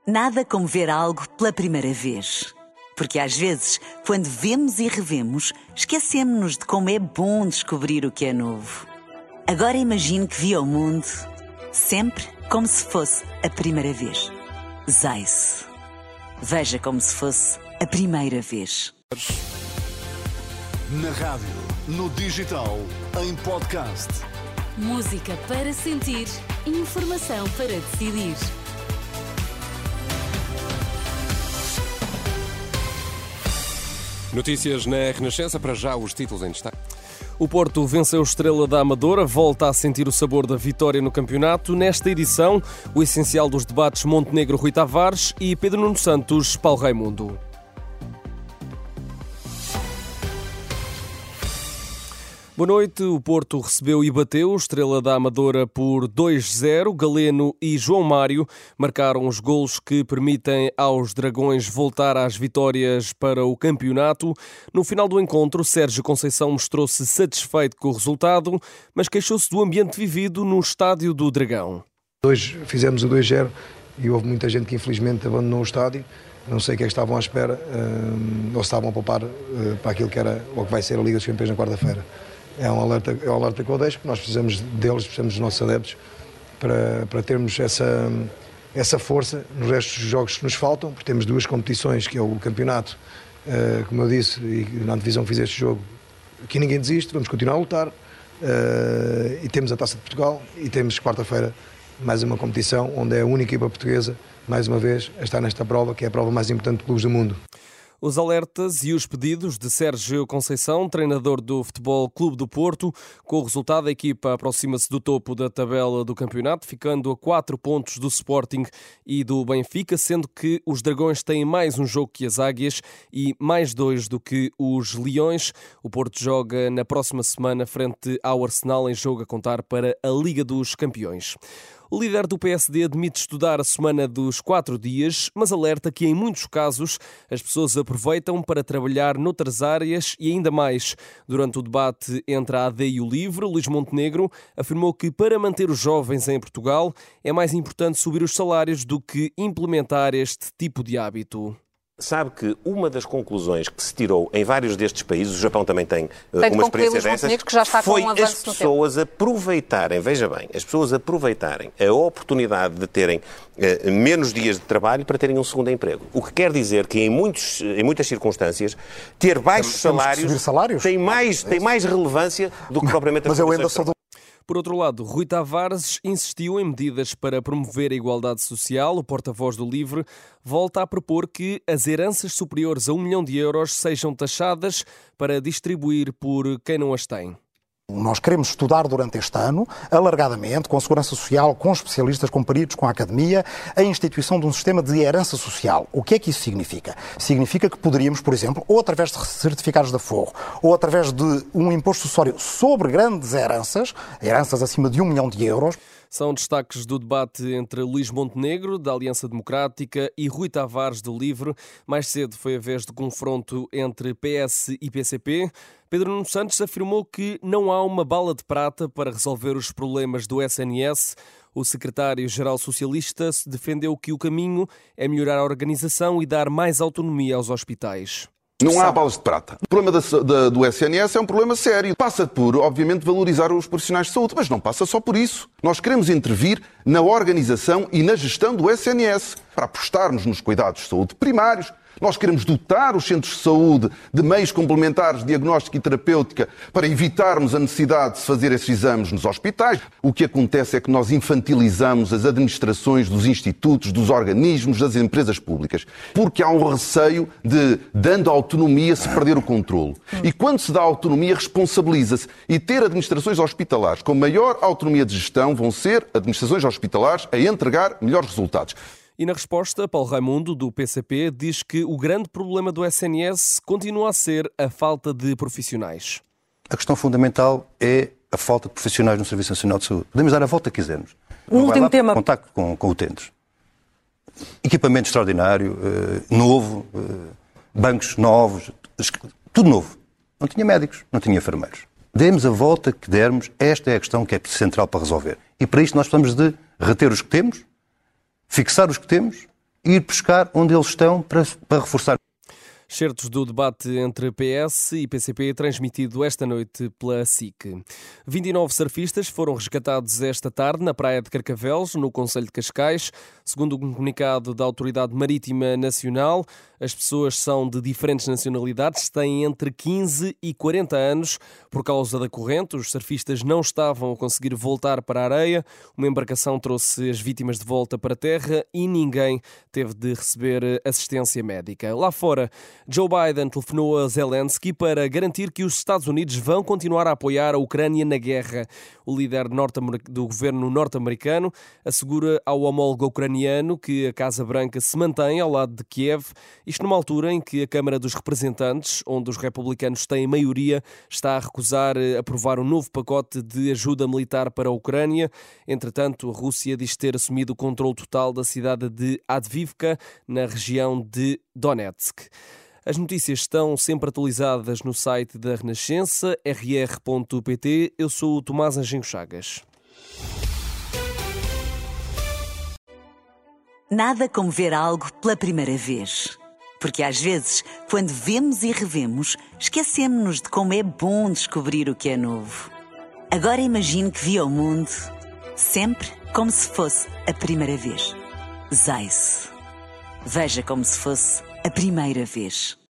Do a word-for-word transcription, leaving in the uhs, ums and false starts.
Nada como ver algo pela primeira vez. Porque às vezes, quando vemos e revemos, esquecemos-nos de como é bom descobrir o que é novo. Agora imagine que viu o mundo sempre como se fosse a primeira vez. Zais. Veja como se fosse a primeira vez. Na rádio, no digital, em podcast. Música para sentir, informação para decidir. Notícias na Renascença, para já os títulos em destaque. O Porto venceu Estrela da Amadora, volta a sentir o sabor da vitória no campeonato. Nesta edição, o essencial dos debates Montenegro-Rui Tavares e Pedro Nuno Santos-Paulo Raimundo. Boa noite. O Porto recebeu e bateu Estrela da Amadora por dois zero. Galeno e João Mário marcaram os golos que permitem aos Dragões voltar às vitórias para o campeonato. No final do encontro, Sérgio Conceição mostrou-se satisfeito com o resultado, mas queixou-se do ambiente vivido no estádio do Dragão. Hoje fizemos o dois zero e houve muita gente que infelizmente abandonou o estádio. Não sei o que é que estavam à espera, ou se estavam a poupar para aquilo que era ou que vai ser a Liga dos Campeões na quarta-feira. É um alerta, é um alerta que eu deixo, porque nós precisamos deles, precisamos dos nossos adeptos para, para termos essa, essa força nos restos dos jogos que nos faltam, porque temos duas competições, que é o campeonato, uh, como eu disse, e na divisão fiz este jogo, aqui ninguém desiste, vamos continuar a lutar, uh, e temos a Taça de Portugal, e temos quarta-feira mais uma competição, onde é a única equipa portuguesa, mais uma vez, a estar nesta prova, que é a prova mais importante de clubes do mundo. Os alertas e os pedidos de Sérgio Conceição, treinador do Futebol Clube do Porto. Com o resultado, a equipa aproxima-se do topo da tabela do campeonato, ficando a quatro pontos do Sporting e do Benfica, sendo que os Dragões têm mais um jogo que as Águias e mais dois do que os Leões. O Porto joga na próxima semana frente ao Arsenal, em jogo a contar para a Liga dos Campeões. O líder do P S D admite estudar a semana dos quatro dias, mas alerta que, em muitos casos, as pessoas aproveitam para trabalhar noutras áreas e ainda mais. Durante o debate entre a A D e o LIVRE, Luís Montenegro afirmou que, para manter os jovens em Portugal, é mais importante subir os salários do que implementar este tipo de hábito. Sabe que uma das conclusões que se tirou em vários destes países, o Japão também tem, tem uma experiência dessas, que já está foi com um as pessoas aproveitarem, veja bem, as pessoas aproveitarem a oportunidade de terem uh, menos dias de trabalho para terem um segundo emprego. O que quer dizer que em, muitos, em muitas circunstâncias, ter baixos Temos salários, salários tem mais, tem mais relevância do que propriamente as Mas eu ainda sou do... Por outro lado, Rui Tavares insistiu em medidas para promover a igualdade social. O porta-voz do LIVRE volta a propor que as heranças superiores a um milhão de euros sejam taxadas para distribuir por quem não as tem. Nós queremos estudar durante este ano, alargadamente, com a Segurança Social, com especialistas, com peritos, com a Academia, a instituição de um sistema de herança social. O que é que isso significa? Significa que poderíamos, por exemplo, ou através de certificados de aforro, ou através de um imposto sucessório sobre grandes heranças, heranças acima de um milhão de euros. São destaques do debate entre Luís Montenegro, da Aliança Democrática, e Rui Tavares, do LIVRE. Mais cedo foi a vez de confronto entre P S e P C P. Pedro Nuno Santos afirmou que não há uma bala de prata para resolver os problemas do S N S. O secretário-geral socialista defendeu que o caminho é melhorar a organização e dar mais autonomia aos hospitais. Não há balas de prata. O problema da, da, do S N S é um problema sério. Passa por, obviamente, valorizar os profissionais de saúde, mas não passa só por isso. Nós queremos intervir na organização e na gestão do S N S para apostarmos nos cuidados de saúde primários. Nós queremos dotar os centros de saúde de meios complementares de diagnóstico e terapêutica para evitarmos a necessidade de se fazer esses exames nos hospitais. O que acontece é que nós infantilizamos as administrações dos institutos, dos organismos, das empresas públicas, porque há um receio de, dando autonomia, se perder o controle. E quando se dá autonomia, responsabiliza-se. E ter administrações hospitalares com maior autonomia de gestão vão ser administrações hospitalares a entregar melhores resultados. E na resposta, Paulo Raimundo, do P C P, diz que o grande problema do S N S continua a ser a falta de profissionais. A questão fundamental é a falta de profissionais no Serviço Nacional de Saúde. Podemos dar a volta que quisermos. Um último tema. Contacto com, com utentes. Equipamento extraordinário, uh, novo, uh, bancos novos, tudo novo. Não tinha médicos, não tinha enfermeiros. Demos a volta que dermos, esta é a questão que é central para resolver. E para isto nós precisamos de reter os que temos, fixar os que temos ir buscar onde eles estão para, para reforçar. Certos do debate entre P S e P C P, transmitido esta noite pela S I C. vinte e nove surfistas foram resgatados esta tarde na praia de Carcavelos, no concelho de Cascais. Segundo um comunicado da Autoridade Marítima Nacional, as pessoas são de diferentes nacionalidades, têm entre quinze e quarenta anos. Por causa da corrente, os surfistas não estavam a conseguir voltar para a areia. Uma embarcação trouxe as vítimas de volta para a terra e ninguém teve de receber assistência médica. Lá fora, Joe Biden telefonou a Zelensky para garantir que os Estados Unidos vão continuar a apoiar a Ucrânia na guerra. O líder do governo norte-americano assegura ao homólogo ucraniano que a Casa Branca se mantém ao lado de Kiev, isto numa altura em que a Câmara dos Representantes, onde os republicanos têm maioria, está a recusar aprovar um novo pacote de ajuda militar para a Ucrânia. Entretanto, a Rússia diz ter assumido o controle total da cidade de Avdiivka, na região de Donetsk. As notícias estão sempre atualizadas no site da Renascença, r r ponto p t. Eu sou o Tomás Anjinho Chagas. Nada como ver algo pela primeira vez. Porque às vezes, quando vemos e revemos, esquecemos-nos de como é bom descobrir o que é novo. Agora imagine que viu o mundo sempre como se fosse a primeira vez. Zais. Veja como se fosse a primeira vez.